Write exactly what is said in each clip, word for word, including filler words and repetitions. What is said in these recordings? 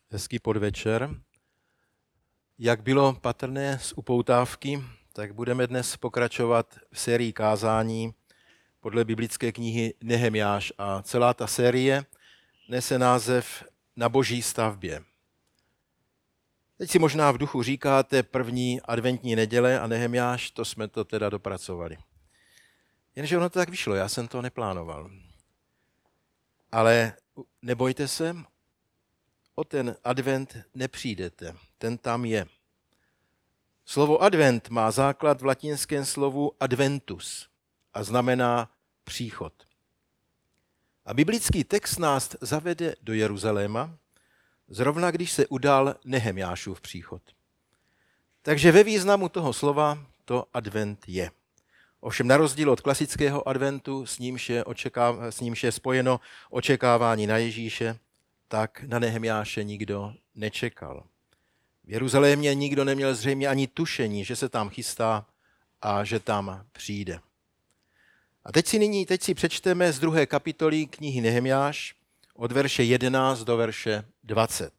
Hezký podvečer. Jak bylo patrné z upoutávky, tak budeme dnes pokračovat v sérii kázání podle biblické knihy Nehemjáš a celá ta série nese název Na boží stavbě. Teď si možná v duchu říkáte první adventní neděle a Nehemjáš, to jsme to teda dopracovali. Jenže ono to tak vyšlo, já jsem to neplánoval. Ale nebojte se, o ten advent nepřijdete, ten tam je. Slovo advent má základ v latinském slovu adventus a znamená příchod. A biblický text nás zavede do Jeruzaléma, zrovna když se udál Nehemjášův příchod. Takže ve významu toho slova to advent je. Ovšem na rozdíl od klasického adventu, s nímž je, očekáv- s nímž je spojeno očekávání na Ježíše, tak na Nehemjáše nikdo nečekal. V Jeruzalémě nikdo neměl zřejmě ani tušení, že se tam chystá a že tam přijde. A teď si nyní, teď si přečteme z druhé kapitoly knihy Nehemjáš od verše jedenáct do verše dvacet.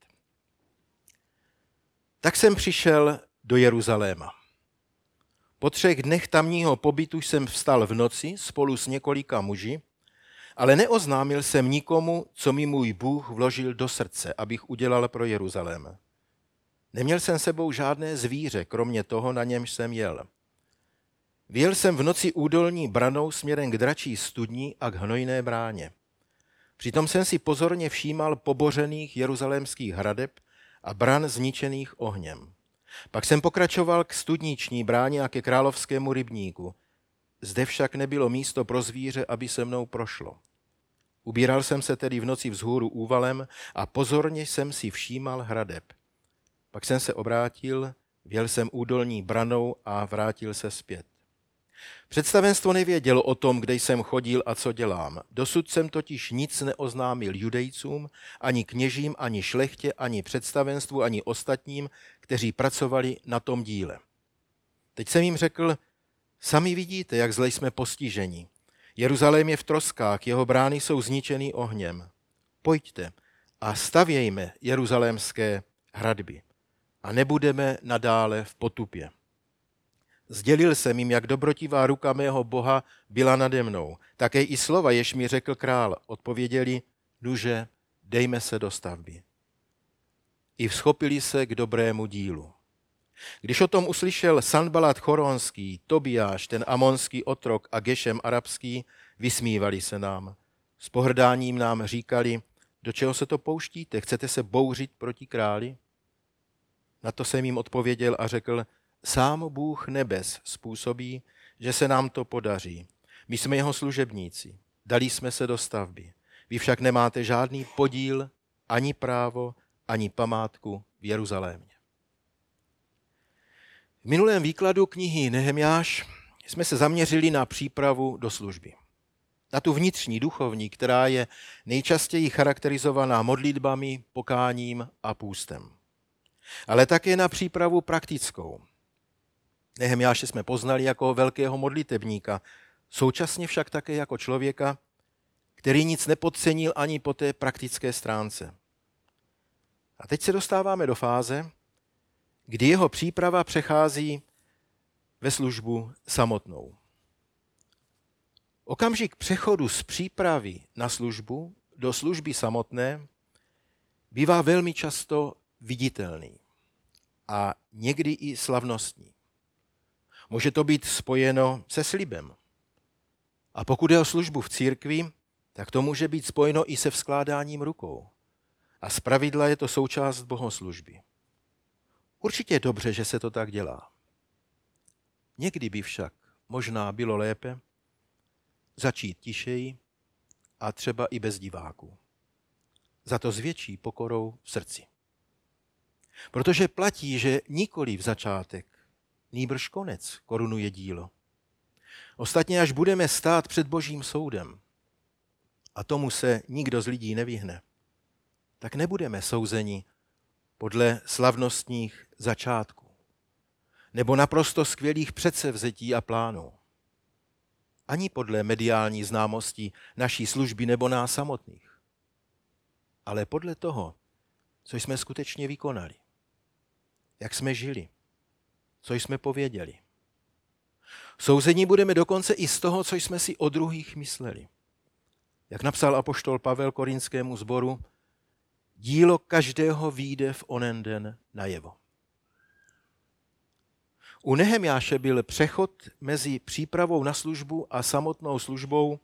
Tak jsem přišel do Jeruzaléma. Po třech dnech tamního pobytu jsem vstal v noci spolu s několika muži, ale neoznámil jsem nikomu, co mi můj Bůh vložil do srdce, abych udělal pro Jeruzalém. Neměl jsem sebou žádné zvíře, kromě toho, na němž jsem jel. Vyjel jsem v noci údolní branou směrem k dračí studni a k hnojné bráně. Přitom jsem si pozorně všímal pobořených jeruzalémských hradeb a bran zničených ohněm. Pak jsem pokračoval k studniční bráně a ke královskému rybníku. Zde však nebylo místo pro zvíře, aby se mnou prošlo. Ubíral jsem se tedy v noci vzhůru úvalem a pozorně jsem si všímal hradeb. Pak jsem se obrátil, vjel jsem údolní branou a vrátil se zpět. Představenstvo nevědělo o tom, kde jsem chodil a co dělám. Dosud jsem totiž nic neoznámil judejcům, ani kněžím, ani šlechtě, ani představenstvu, ani ostatním, kteří pracovali na tom díle. Teď jsem jim řekl, sami vidíte, jak zle jsme postiženi. Jeruzalém je v troskách, jeho brány jsou zničeny ohněm. Pojďte a stavějme jeruzalémské hradby a nebudeme nadále v potupě. Sdělil jsem jim, jak dobrotivá ruka mého Boha byla nade mnou. Také i slova, jež mi řekl král, odpověděli, duže, dejme se do stavby. I vzchopili se k dobrému dílu. Když o tom uslyšel Sanbalat choronský, Tobiáš, ten amonský otrok a Gešem arabský, vysmívali se nám. S pohrdáním nám říkali, do čeho se to pouštíte, chcete se bouřit proti králi? Na to jsem jim odpověděl a řekl, sám Bůh nebes způsobí, že se nám to podaří. My jsme jeho služebníci, dali jsme se do stavby. Vy však nemáte žádný podíl, ani právo, ani památku v Jeruzalémě. V minulém výkladu knihy Nehemjáš jsme se zaměřili na přípravu do služby. Na tu vnitřní duchovní, která je nejčastěji charakterizovaná modlitbami, pokáním a půstem. Ale také na přípravu praktickou. Nehemjáše jsme poznali jako velkého modlitebníka, současně však také jako člověka, který nic nepodcenil ani po té praktické stránce. A teď se dostáváme do fáze, kdy jeho příprava přechází ve službu samotnou. Okamžik přechodu z přípravy na službu do služby samotné bývá velmi často viditelný a někdy i slavnostní. Může to být spojeno se slibem. A pokud je o službu v církvi, tak to může být spojeno i se vzkládáním rukou. A zpravidla je to součást bohoslužby. Určitě je dobře, že se to tak dělá. Někdy by však možná bylo lépe začít tišeji a třeba i bez diváků. Za to s větší pokorou v srdci. Protože platí, že nikoli v začátek, nýbrž konec korunuje dílo. Ostatně, až budeme stát před Božím soudem, a tomu se nikdo z lidí nevyhne, tak nebudeme souzeni podle slavnostních začátků nebo naprosto skvělých předsevzetí a plánů. Ani podle mediální známosti naší služby nebo nás samotných. Ale podle toho, co jsme skutečně vykonali, jak jsme žili, co jsme pověděli. Souzení budeme dokonce i z toho, co jsme si o druhých mysleli. Jak napsal apoštol Pavel korintskému sboru, dílo každého vyjde v onen den najevo. U Nehemjáše byl přechod mezi přípravou na službu a samotnou službou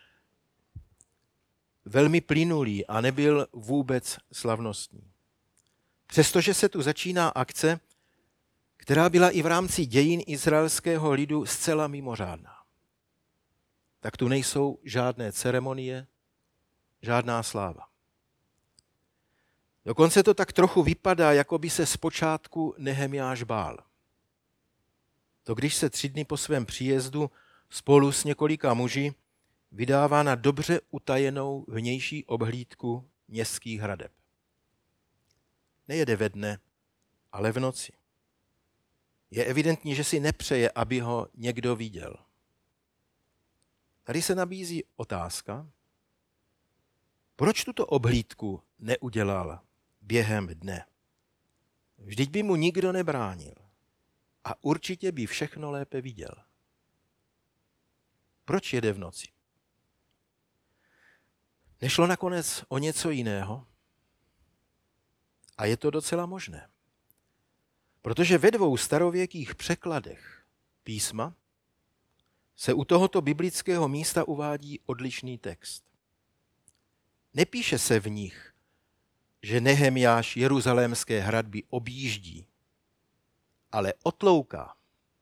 velmi plynulý a nebyl vůbec slavnostní. Přestože se tu začíná akce, která byla i v rámci dějin izraelského lidu zcela mimořádná, tak tu nejsou žádné ceremonie, žádná sláva. Dokonce to tak trochu vypadá, jako by se zpočátku Nehemjáš bál. To když se tři dny po svém příjezdu spolu s několika muži vydává na dobře utajenou vnější obhlídku městských hradeb. Nejede ve dne, ale v noci. Je evidentní, že si nepřeje, aby ho někdo viděl. Tady se nabízí otázka, proč tuto obhlídku neudělal během dne? Vždyť by mu nikdo nebránil a určitě by všechno lépe viděl. Proč jede v noci? Nešlo nakonec o něco jiného? A je to docela možné. Protože ve dvou starověkých překladech písma se u tohoto biblického místa uvádí odlišný text. Nepíše se v nich, že Nehemjáš jeruzalémské hradby objíždí, ale otlouká.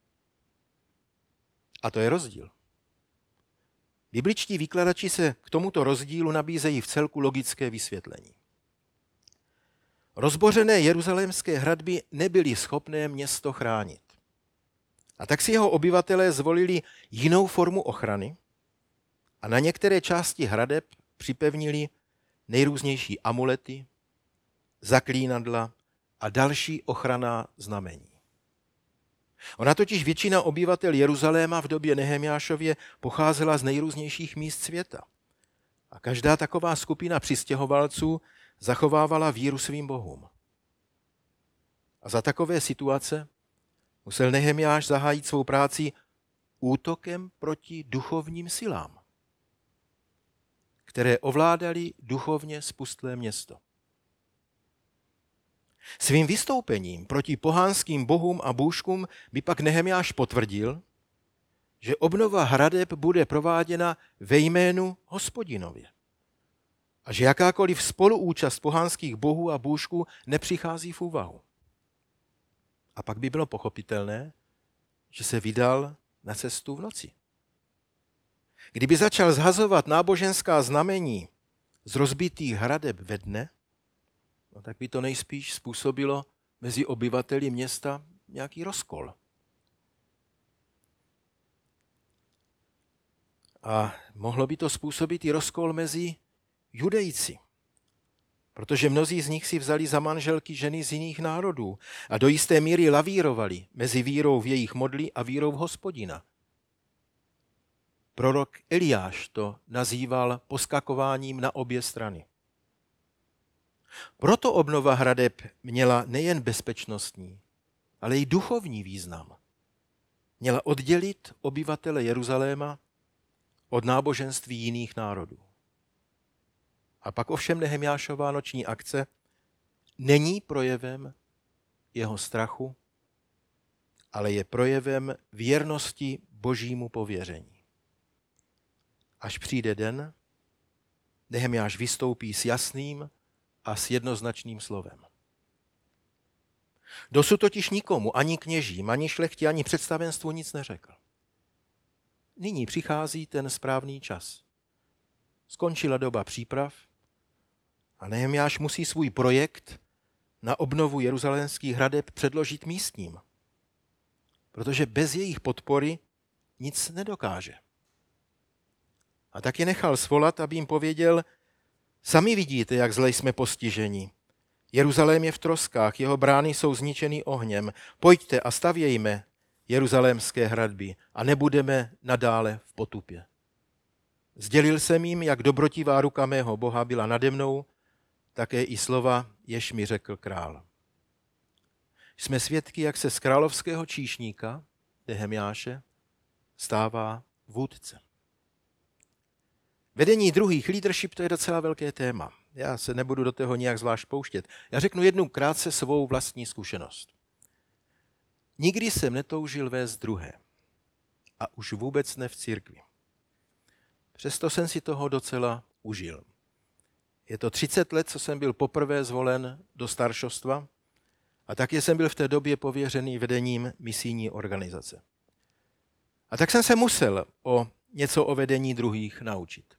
A to je rozdíl. Bibličtí výkladači se k tomuto rozdílu nabízejí v celku logické vysvětlení. Rozbořené jeruzalémské hradby nebyly schopné město chránit. A tak si jeho obyvatelé zvolili jinou formu ochrany a na některé části hradeb připevnili nejrůznější amulety, zaklínadla a další ochranná znamení. Ona totiž většina obyvatel Jeruzaléma v době Nehemjášově pocházela z nejrůznějších míst světa. A každá taková skupina přistěhovalců zachovávala víru svým bohům. A za takové situace musel Nehemjáš zahájit svou práci útokem proti duchovním silám, které ovládali duchovně spustlé město. Svým vystoupením proti pohanským bohům a bůžkům by pak Nehemjáš potvrdil, že obnova hradeb bude prováděna ve jménu Hospodinově a že jakákoliv spoluúčast pohanských bohů a bůžků nepřichází v úvahu. A pak by bylo pochopitelné, že se vydal na cestu v noci. Kdyby začal zhazovat náboženská znamení z rozbitých hradeb ve dne, no tak by to nejspíš způsobilo mezi obyvateli města nějaký rozkol. A mohlo by to způsobit i rozkol mezi Judejci, protože mnozí z nich si vzali za manželky ženy z jiných národů a do jisté míry lavírovali mezi vírou v jejich modly a vírou v Hospodina. Prorok Eliáš to nazýval poskakováním na obě strany. Proto obnova hradeb měla nejen bezpečnostní, ale i duchovní význam. Měla oddělit obyvatele Jeruzaléma od náboženství jiných národů. A pak ovšem Nehemjášová noční akce není projevem jeho strachu, ale je projevem věrnosti Božímu pověření. Až přijde den, Nehemjáš vystoupí s jasným a s jednoznačným slovem. Dosud totiž nikomu, ani kněžím, ani šlechti, ani představenstvu nic neřekl. Nyní přichází ten správný čas. Skončila doba příprav a Nehemjáš musí svůj projekt na obnovu jeruzalémských hradeb předložit místním, protože bez jejich podpory nic nedokáže. A tak je nechal svolat, aby jim pověděl: sami vidíte, jak zle jsme postiženi. Jeruzalém je v troskách, jeho brány jsou zničeny ohněm. Pojďte a stavějme jeruzalémské hradby a nebudeme nadále v potupě. Sdělil jsem jim, jak dobrotivá ruka mého Boha byla nade mnou také i slova, jež mi řekl král. Jsme svědky, jak se z královského číšníka, Nehemjáše, stává vůdce. Vedení druhých, leadership, to je docela velké téma. Já se nebudu do toho nijak zvlášť pouštět. Já řeknu jednu krátce svou vlastní zkušenost. Nikdy jsem netoužil vést druhé. A už vůbec ne v církvi. Přesto jsem si toho docela užil. Je to třicet let, co jsem byl poprvé zvolen do staršostva a taky jsem byl v té době pověřený vedením misijní organizace. A tak jsem se musel o něco o vedení druhých naučit.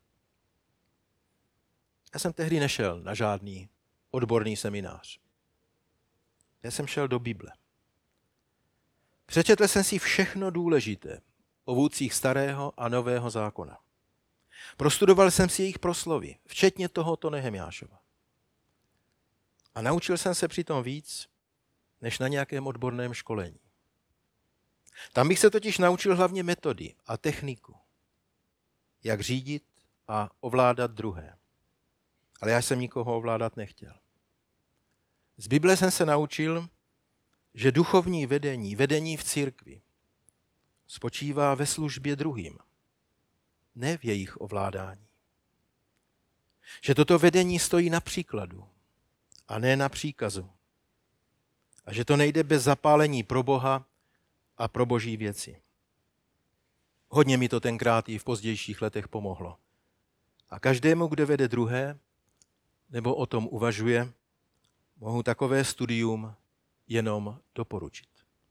Já jsem tehdy nešel na žádný odborný seminář. Já jsem šel do Bible. Přečetl jsem si všechno důležité o vůdcích starého a nového zákona. Prostudoval jsem si jejich proslovy, včetně tohoto Nehemjášova. A naučil jsem se přitom víc, než na nějakém odborném školení. Tam bych se totiž naučil hlavně metody a techniku, jak řídit a ovládat druhé. Ale já jsem nikoho ovládat nechtěl. Z Bible jsem se naučil, že duchovní vedení, vedení v církvi, spočívá ve službě druhým, ne v jejich ovládání. Že toto vedení stojí na příkladu a ne na příkazu. A že to nejde bez zapálení pro Boha a pro boží věci. Hodně mi to tenkrát i v pozdějších letech pomohlo. A každému, kdo vede druhé, nebo o tom uvažuje, mohu takové studium jenom doporučit.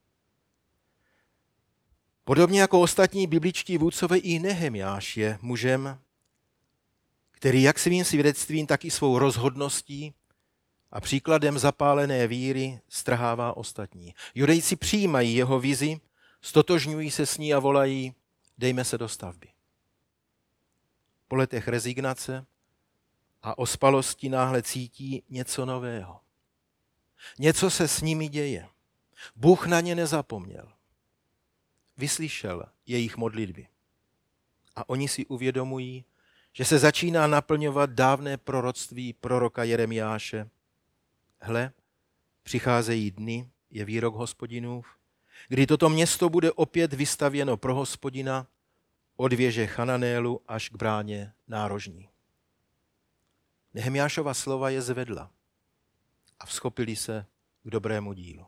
Podobně jako ostatní bibličtí vůdcové, i Nehemjáš je mužem, který jak svým svědectvím, tak i svou rozhodností a příkladem zapálené víry strhává ostatní. Judejci přijímají jeho vizi, stotožňují se s ní a volají, dejme se do stavby. Po letech rezignace a ospalosti náhle cítí něco nového. Něco se s nimi děje. Bůh na ně nezapomněl. Vyslyšel jejich modlitby. A oni si uvědomují, že se začíná naplňovat dávné proroctví proroka Jeremiáše. Hle, přicházejí dny, je výrok Hospodinův, kdy toto město bude opět vystavěno pro Hospodina od věže Chananélu až k bráně nárožní. Nehemjášova slova je zvedla a vzchopili se k dobrému dílu.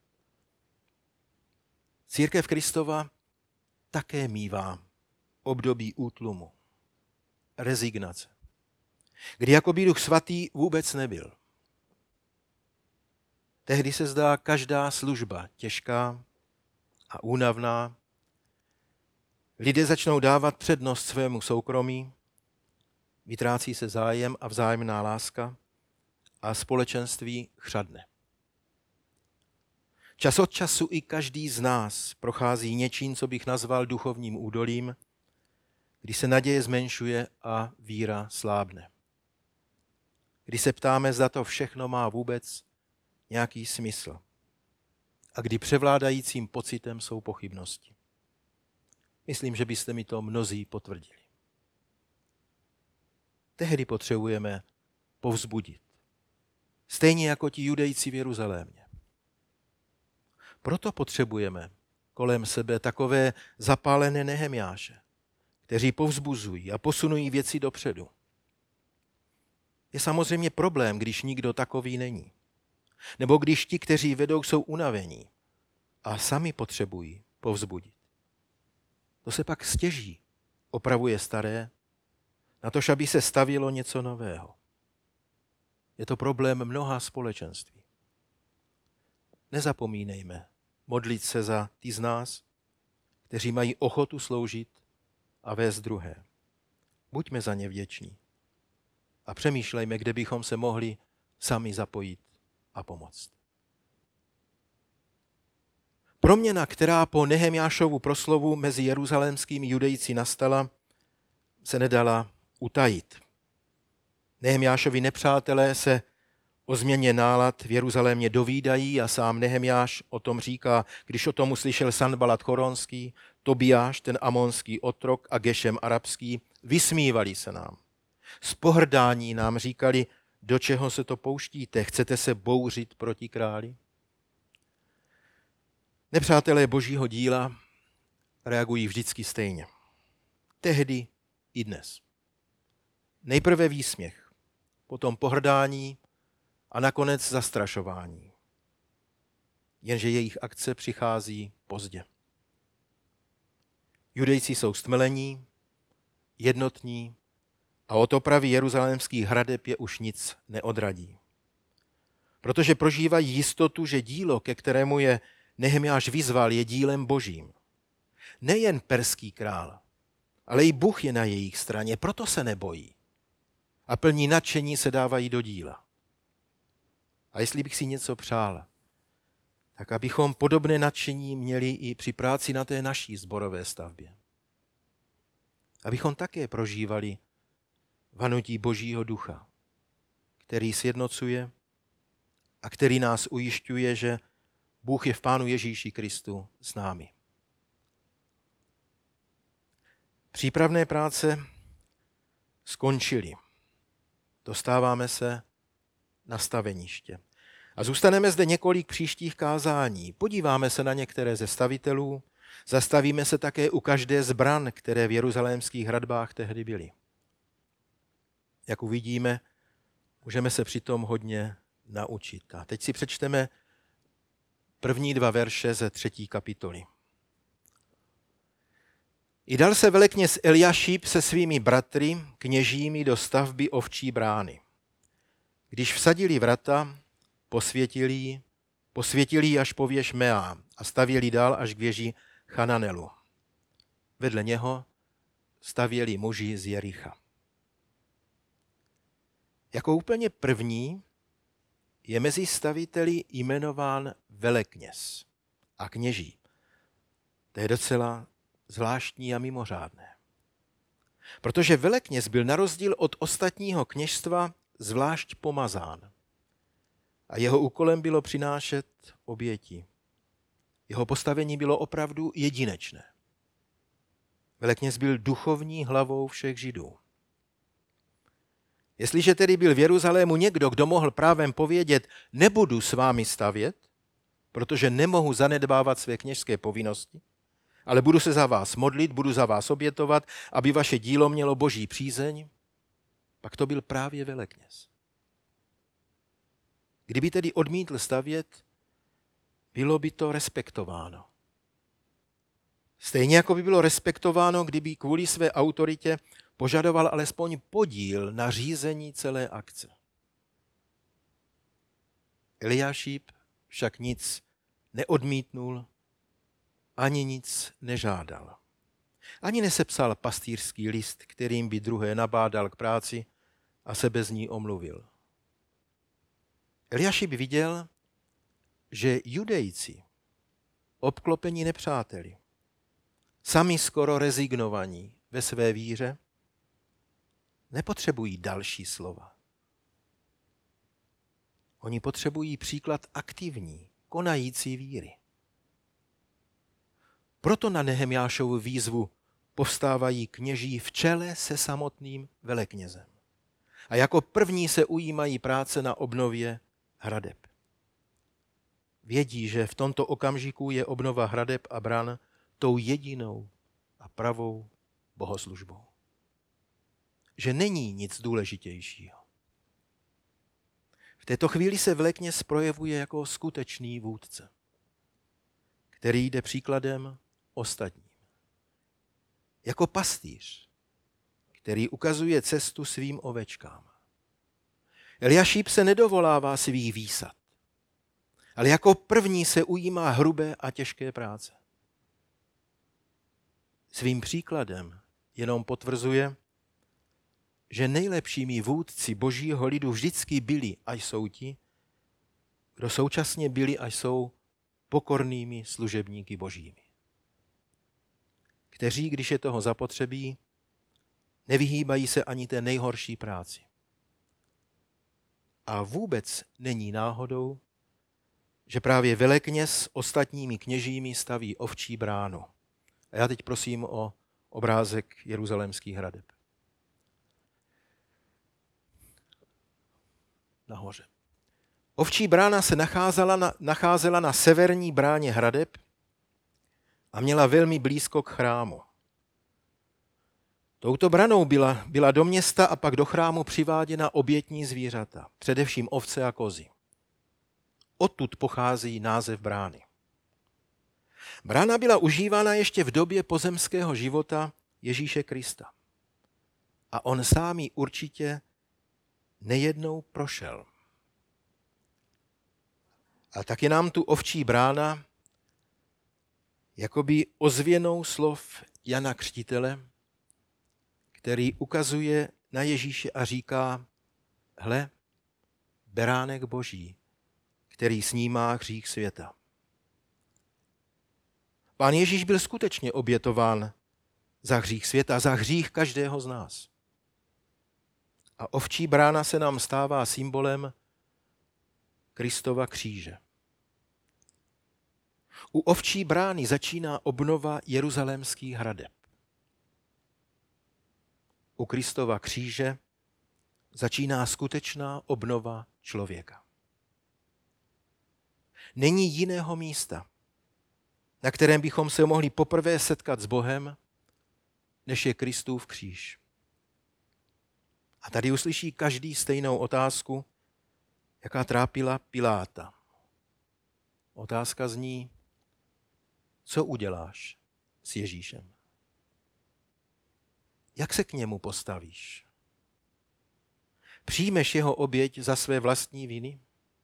Církev Kristova také mívá období útlumu, rezignace, kdy jakoby Duch Svatý vůbec nebyl. Tehdy se zdá každá služba těžká a únavná. Lidé začnou dávat přednost svému soukromí, vytrácí se zájem a vzájemná láska a společenství chřadne. Čas od času i každý z nás prochází něčím, co bych nazval duchovním údolím, kdy se naděje zmenšuje a víra slábne. Kdy se ptáme, zda to všechno má vůbec nějaký smysl. A kdy převládajícím pocitem jsou pochybnosti. Myslím, že byste mi to mnozí potvrdili. Tehdy potřebujeme povzbudit. Stejně jako ti Judejci v Jeruzalémě. Proto potřebujeme kolem sebe takové zapálené Nehemjáše, kteří povzbuzují a posunují věci dopředu. Je samozřejmě problém, když nikdo takový není. Nebo když ti, kteří vedou, jsou unavení a sami potřebují povzbudit. To se pak stěží, opravuje staré, natož aby se stavělo něco nového. Je to problém mnoha společenství. Nezapomínejme modlit se za ty z nás, kteří mají ochotu sloužit a vést druhé. Buďme za ně vděční a přemýšlejme, kde bychom se mohli sami zapojit a pomoct. Proměna, která po Nehemjášovu proslovu mezi jeruzalémskými Judejci nastala, se nedala utajit. Nehemjášovi nepřátelé se o změně nálad v Jeruzalémě dovídají a sám Nehemjáš o tom říká, když o tom uslyšel Sanbalat Choronský, Tobiáš, ten amonský otrok a Gešem arabský, vysmívali se nám. Z pohrdání nám říkali, Do čeho se to pouštíte? Chcete se bouřit proti králi? Nepřátelé Božího díla reagují vždycky stejně. Tehdy i dnes. Nejprve výsměch, potom pohrdání a nakonec zastrašování. Jenže jejich akce přichází pozdě. Judejci jsou stmelení, jednotní a od opravy jeruzalémských hradeb je už nic neodradí. Protože prožívají jistotu, že dílo, ke kterému je Nehemiáš vyzval, je dílem Božím. Nejen perský král, ale i Bůh je na jejich straně, proto se nebojí. A plní nadšení se dávají do díla. A jestli bych si něco přál, tak abychom podobné nadšení měli i při práci na té naší sborové stavbě. Abychom také prožívali vanutí Božího ducha, který sjednocuje a který nás ujišťuje, že Bůh je v Pánu Ježíši Kristu s námi. Přípravné práce skončily. Dostáváme se na staveniště. A zůstaneme zde několik příštích kázání. Podíváme se na některé ze stavitelů, zastavíme se také u každé z bran, které v jeruzalémských hradbách tehdy byly. Jak uvidíme, můžeme se přitom hodně naučit. A teď si přečteme první dva verše ze třetí kapitoly. I dal se velekněz Eliašíb se svými bratry, kněžími do stavby ovčí brány. Když vsadili vrata, posvětili ji, posvětili ji až po věž Meá a stavěli dál až k věži Chananelu. Vedle něho stavěli muži z Jericha. Jako úplně první je mezi staviteli jmenován velekněz a kněží. To je docela zvláštní a mimořádné. Protože velekněz byl na rozdíl od ostatního kněžstva zvlášť pomazán. A jeho úkolem bylo přinášet oběti. Jeho postavení bylo opravdu jedinečné. Velekněz byl duchovní hlavou všech Židů. Jestliže tedy byl v Jeruzalému někdo, kdo mohl právem povědět, nebudu s vámi stavět, protože nemohu zanedbávat své kněžské povinnosti, ale budu se za vás modlit, budu za vás obětovat, aby vaše dílo mělo Boží přízeň, pak to byl právě velekněz. Kdyby tedy odmítl stavět, bylo by to respektováno. Stejně jako by bylo respektováno, kdyby kvůli své autoritě požadoval alespoň podíl na řízení celé akce. Eliašíb však nic neodmítnul, ani nic nežádal. Ani nesepsal pastýřský list, kterým by druhé nabádal k práci a sebe z ní omluvil. Eliašíb viděl, že Judejci, obklopení nepřáteli, sami skoro rezignovaní ve své víře, nepotřebují další slova. Oni potřebují příklad aktivní, konající víry. Proto na Nehemiášovu výzvu povstávají kněží v čele se samotným veleknězem. A jako první se ujímají práce na obnově hradeb. Vědí, že v tomto okamžiku je obnova hradeb a bran tou jedinou a pravou bohoslužbou. Že není nic důležitějšího. V této chvíli se velekněz projevuje jako skutečný vůdce, který jde příkladem ostatním. Jako pastýř, který ukazuje cestu svým ovečkám. Eliašíb se nedovolává svých výsad, ale jako první se ujímá hrubé a těžké práce. Svým příkladem jenom potvrzuje, že nejlepšími vůdci Božího lidu vždycky byli a jsou ti, kdo současně byli a jsou pokornými služebníky Božími. Kteří, když je toho zapotřebí, nevyhýbají se ani té nejhorší práci. A vůbec není náhodou, že právě velekněz s ostatními kněžími staví ovčí bránu. A já teď prosím o obrázek jeruzalémských hradeb. nahoře. Ovčí brána se nacházela na, nacházela na severní bráně hradeb a měla velmi blízko k chrámu. Touto branou byla, byla do města a pak do chrámu přiváděna obětní zvířata, především ovce a kozy. Odtud pochází název brány. Brána byla užívána ještě v době pozemského života Ježíše Krista. A on sám ji určitě nejednou prošel. A tak je nám tu ovčí brána jakoby ozvěnou slov Jana Křtitele, který ukazuje na Ježíše a říká: hle, beránek Boží, který snímá hřích světa. Pán Ježíš byl skutečně obětován za hřích světa, za hřích každého z nás. A ovčí brána se nám stává symbolem Kristova kříže. U ovčí brány začíná obnova jeruzalémských hradeb. U Kristova kříže začíná skutečná obnova člověka. Není jiného místa, na kterém bychom se mohli poprvé setkat s Bohem, než je Kristův kříž. A tady uslyší každý stejnou otázku, jaká trápila Piláta. Otázka zní: co uděláš s Ježíšem? Jak se k němu postavíš? Přijmeš jeho oběť za své vlastní viny?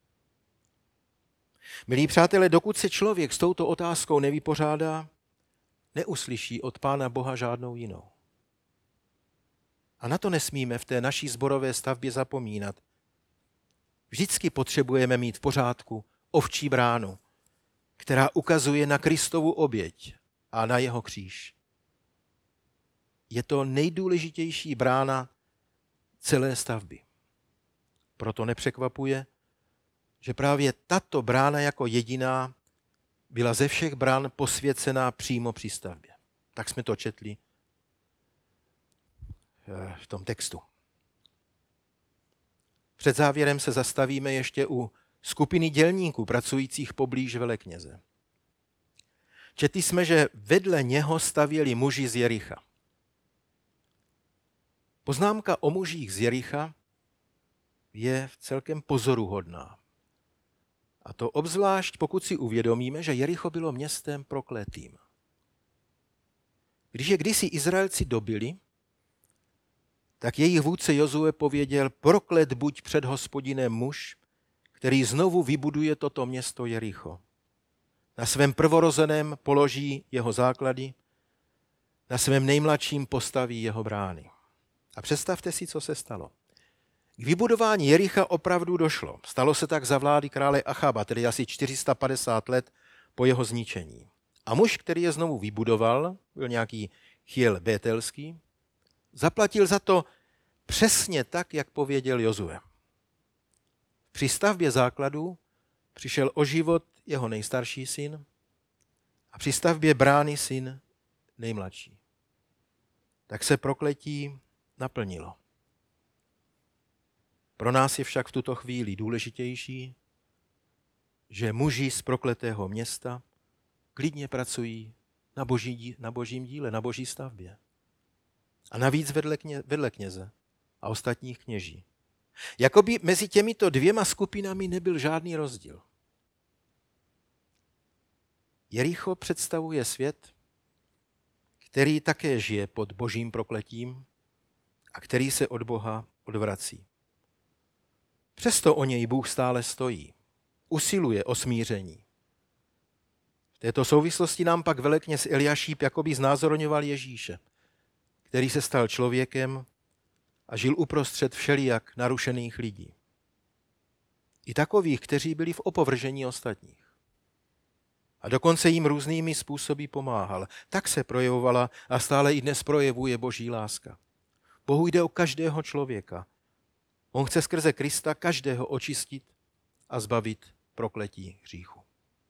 Milí přátelé, dokud se člověk s touto otázkou nevypořádá, neuslyší od Pána Boha žádnou jinou. A na to nesmíme v té naší sborové stavbě zapomínat. Vždycky potřebujeme mít v pořádku ovčí bránu, která ukazuje na Kristovu oběť a na jeho kříž. Je to nejdůležitější brána celé stavby. Proto nepřekvapuje, že právě tato brána jako jediná byla ze všech brán posvěcená přímo při stavbě. Tak jsme to četli v tom textu. Před závěrem se zastavíme ještě u skupiny dělníků pracujících poblíž velekněze. Četli jsme, že vedle něho stavěli muži z Jericha. Poznámka o mužích z Jericha je celkem pozoruhodná. A to obzvlášť, pokud si uvědomíme, že Jericho bylo městem prokletým. Když je kdysi Izraelci dobili, tak jejich vůdce Jozue pověděl: proklet buď před Hospodinem muž, který znovu vybuduje toto město Jericho. Na svém prvorozeném položí jeho základy, na svém nejmladším postaví jeho brány. A představte si, co se stalo. K vybudování Jericha opravdu došlo. Stalo se tak za vlády krále Achaba, tedy asi čtyři sta padesát let po jeho zničení. A muž, který je znovu vybudoval, byl nějaký Chiel Bételský, zaplatil za to přesně tak, jak pověděl Jozue. Při stavbě základů přišel o život jeho nejstarší syn a při stavbě brány syn nejmladší. Tak se prokletí naplnilo. Pro nás je však v tuto chvíli důležitější, že muži z prokletého města klidně pracují na, boží, na božím díle, na boží stavbě. A navíc vedle, kně, vedle kněze a ostatních kněží. Jakoby mezi těmito dvěma skupinami nebyl žádný rozdíl. Jericho představuje svět, který také žije pod božím prokletím a který se od Boha odvrací. Přesto o něj Bůh stále stojí, usiluje o smíření. V této souvislosti nám pak velekněz Eliašíp jakoby znázorňoval Ježíše, který se stal člověkem a žil uprostřed všelijak narušených lidí. I takových, kteří byli v opovržení ostatních. A dokonce jim různými způsoby pomáhal. Tak se projevovala a stále i dnes projevuje boží láska. Bohu jde o každého člověka. On chce skrze Krista každého očistit a zbavit prokletí hříchu.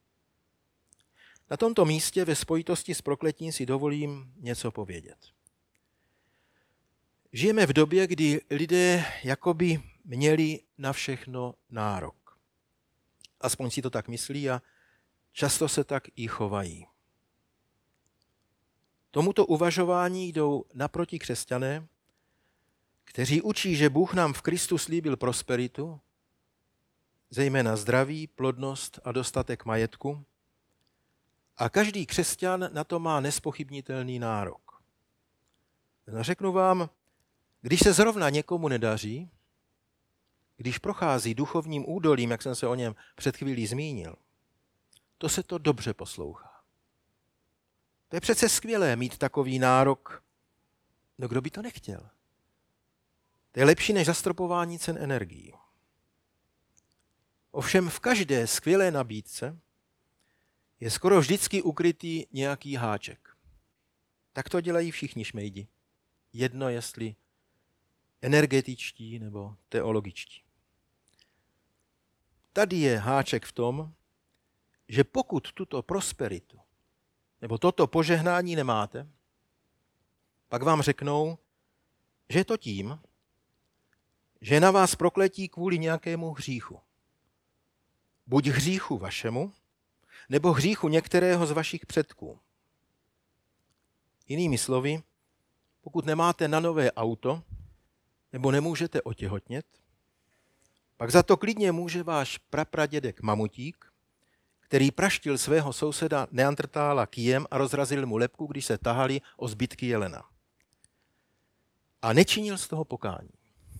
Na tomto místě ve spojitosti s prokletím si dovolím něco povědět. Žijeme v době, kdy lidé jakoby měli na všechno nárok. Aspoň si to tak myslí a často se tak i chovají. Tomuto uvažování jdou naproti křesťané, kteří učí, že Bůh nám v Kristu slíbil prosperitu, zejména zdraví, plodnost a dostatek majetku, a každý křesťan na to má nespochybnitelný nárok. Řeknu vám, když se zrovna někomu nedaří, když prochází duchovním údolím, jak jsem se o něm před chvílí zmínil, to se to dobře poslouchá. To je přece skvělé mít takový nárok. No kdo by to nechtěl? To je lepší než zastropování cen energií. Ovšem v každé skvělé nabídce je skoro vždycky ukrytý nějaký háček. Tak to dělají všichni šmejdi. Jedno jestli energetičtí nebo teologičtí. Tady je háček v tom, že pokud tuto prosperitu nebo toto požehnání nemáte, pak vám řeknou, že je to tím, že je na vás prokletí kvůli nějakému hříchu. Buď hříchu vašemu, nebo hříchu některého z vašich předků. Jinými slovy, pokud nemáte na nové auto, nebo nemůžete otěhotnět, pak za to klidně může váš prapradědek Mamutík, který praštil svého souseda Neandertála kijem a rozrazil mu lebku, když se tahali o zbytky jelena. A nečinil z toho pokání.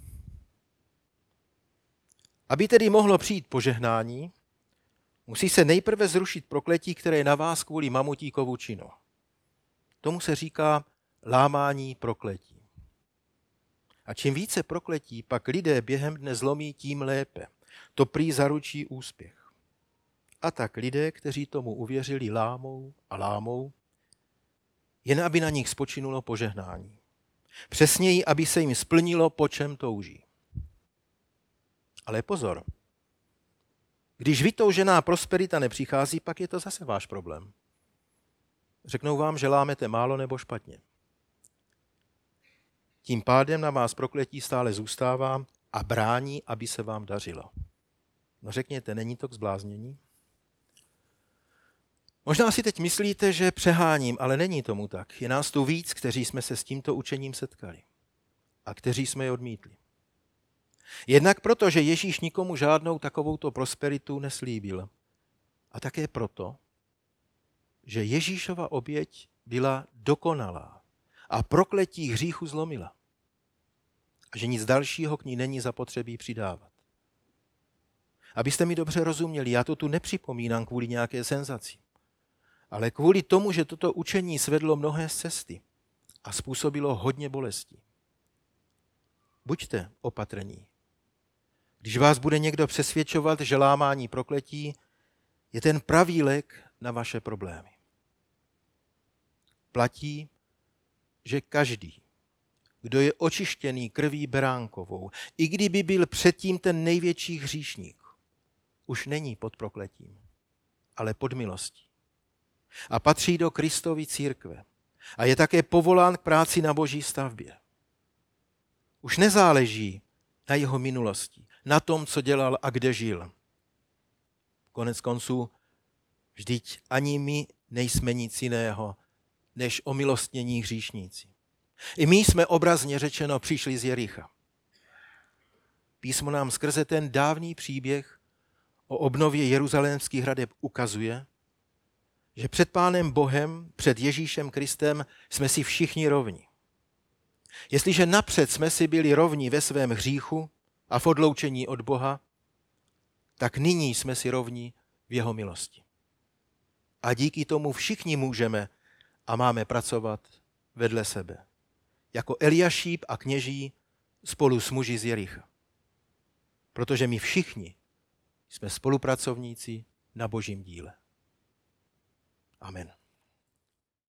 Aby tedy mohlo přijít požehnání, musí se nejprve zrušit prokletí, které je na vás kvůli Mamutíkovu činu. Tomu se říká lámání prokletí. A čím více prokletí pak lidé během dne zlomí, tím lépe. To prý zaručí úspěch. A tak lidé, kteří tomu uvěřili, lámou a lámou, jen aby na nich spočinulo požehnání. Přesněji, aby se jim splnilo, po čem touží. Ale pozor, když vytoužená prosperita nepřichází, pak je to zase váš problém. Řeknou vám, že lámete málo nebo špatně. Tím pádem na vás prokletí stále zůstává a brání, aby se vám dařilo. No řekněte, není to k zbláznění? Možná si teď myslíte, že přeháním, ale není tomu tak. Je nás tu víc, kteří jsme se s tímto učením setkali a kteří jsme je odmítli. Jednak proto, že Ježíš nikomu žádnou takovouto prosperitu neslíbil. A také proto, že Ježíšova oběť byla dokonalá a prokletí hříchu zlomila. A že nic dalšího k ní není zapotřebí přidávat. Abyste mi dobře rozuměli, já to tu nepřipomínám kvůli nějaké senzaci, ale kvůli tomu, že toto učení svedlo mnohé z cesty a způsobilo hodně bolestí. Buďte opatrní. Když vás bude někdo přesvědčovat, že lámání prokletí je ten pravý lék na vaše problémy. Platí, že každý, kdo je očištěný krví beránkovou, i kdyby byl předtím ten největší hříšník, už není pod prokletím, ale pod milostí. A patří do Kristovy církve. A je také povolán k práci na boží stavbě. Už nezáleží na jeho minulosti, na tom, co dělal a kde žil. Konec konců, vždyť ani my nejsme nic jiného, než omilostnění hříšníci. I my jsme obrazně řečeno přišli z Jericha. Písmo nám skrze ten dávný příběh o obnově jeruzalémských hradeb ukazuje, že před Pánem Bohem, před Ježíšem Kristem jsme si všichni rovni. Jestliže napřed jsme si byli rovni ve svém hříchu a v odloučení od Boha, tak nyní jsme si rovni v jeho milosti. A díky tomu všichni můžeme a máme pracovat vedle sebe. Jako Eliašíb a kněží spolu s muži z Jericha. Protože my všichni jsme spolupracovníci na božím díle. Amen.